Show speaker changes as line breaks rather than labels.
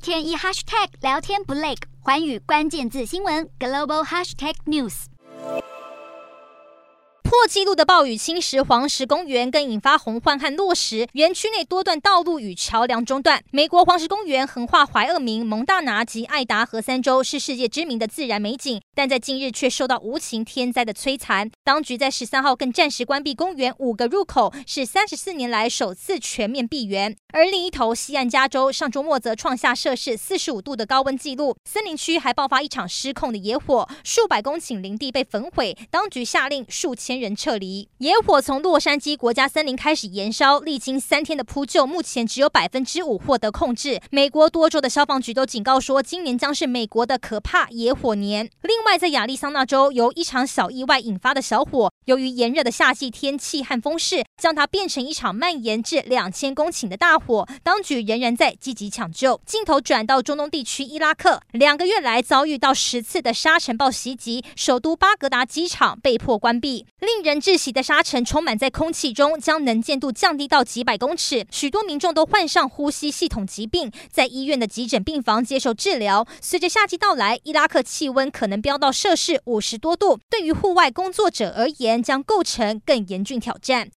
天一 hashtag 聊天不累，寰宇关键字新闻 global hashtag news。
破纪录的暴雨侵蚀黄石公园，更引发洪患和落石，园区内多段道路与桥梁中断。美国黄石公园横跨怀俄明、蒙大拿及爱达荷三州，是世界知名的自然美景，但在近日却受到无情天灾的摧残。当局在13号更暂时关闭公园5个入口，是34年来首次全面闭园。而另一头，西岸加州上周末则创下摄氏45度的高温纪录，森林区还爆发一场失控的野火，数百公顷林地被焚毁，当局下令数千人撤离。野火从洛杉矶国家森林开始延烧，历经3天的扑救，目前只有5%获得控制。美国多州的消防局都警告说，今年将是美国的可怕野火年。另外，在亚利桑那州，由一场小意外引发的小火，由于炎热的夏季天气和风势，将它变成一场蔓延至2000公顷的大火，当局仍然在积极抢救。镜头转到中东地区伊拉克，2个月来遭遇到10次的沙尘暴袭击，首都巴格达机场被迫关闭。令人窒息的沙尘充满在空气中，将能见度降低到几百公尺，许多民众都患上呼吸系统疾病，在医院的急诊病房接受治疗。随着夏季到来，伊拉克气温可能飙到摄氏50多度，对于户外工作者而言将构成更严峻挑战。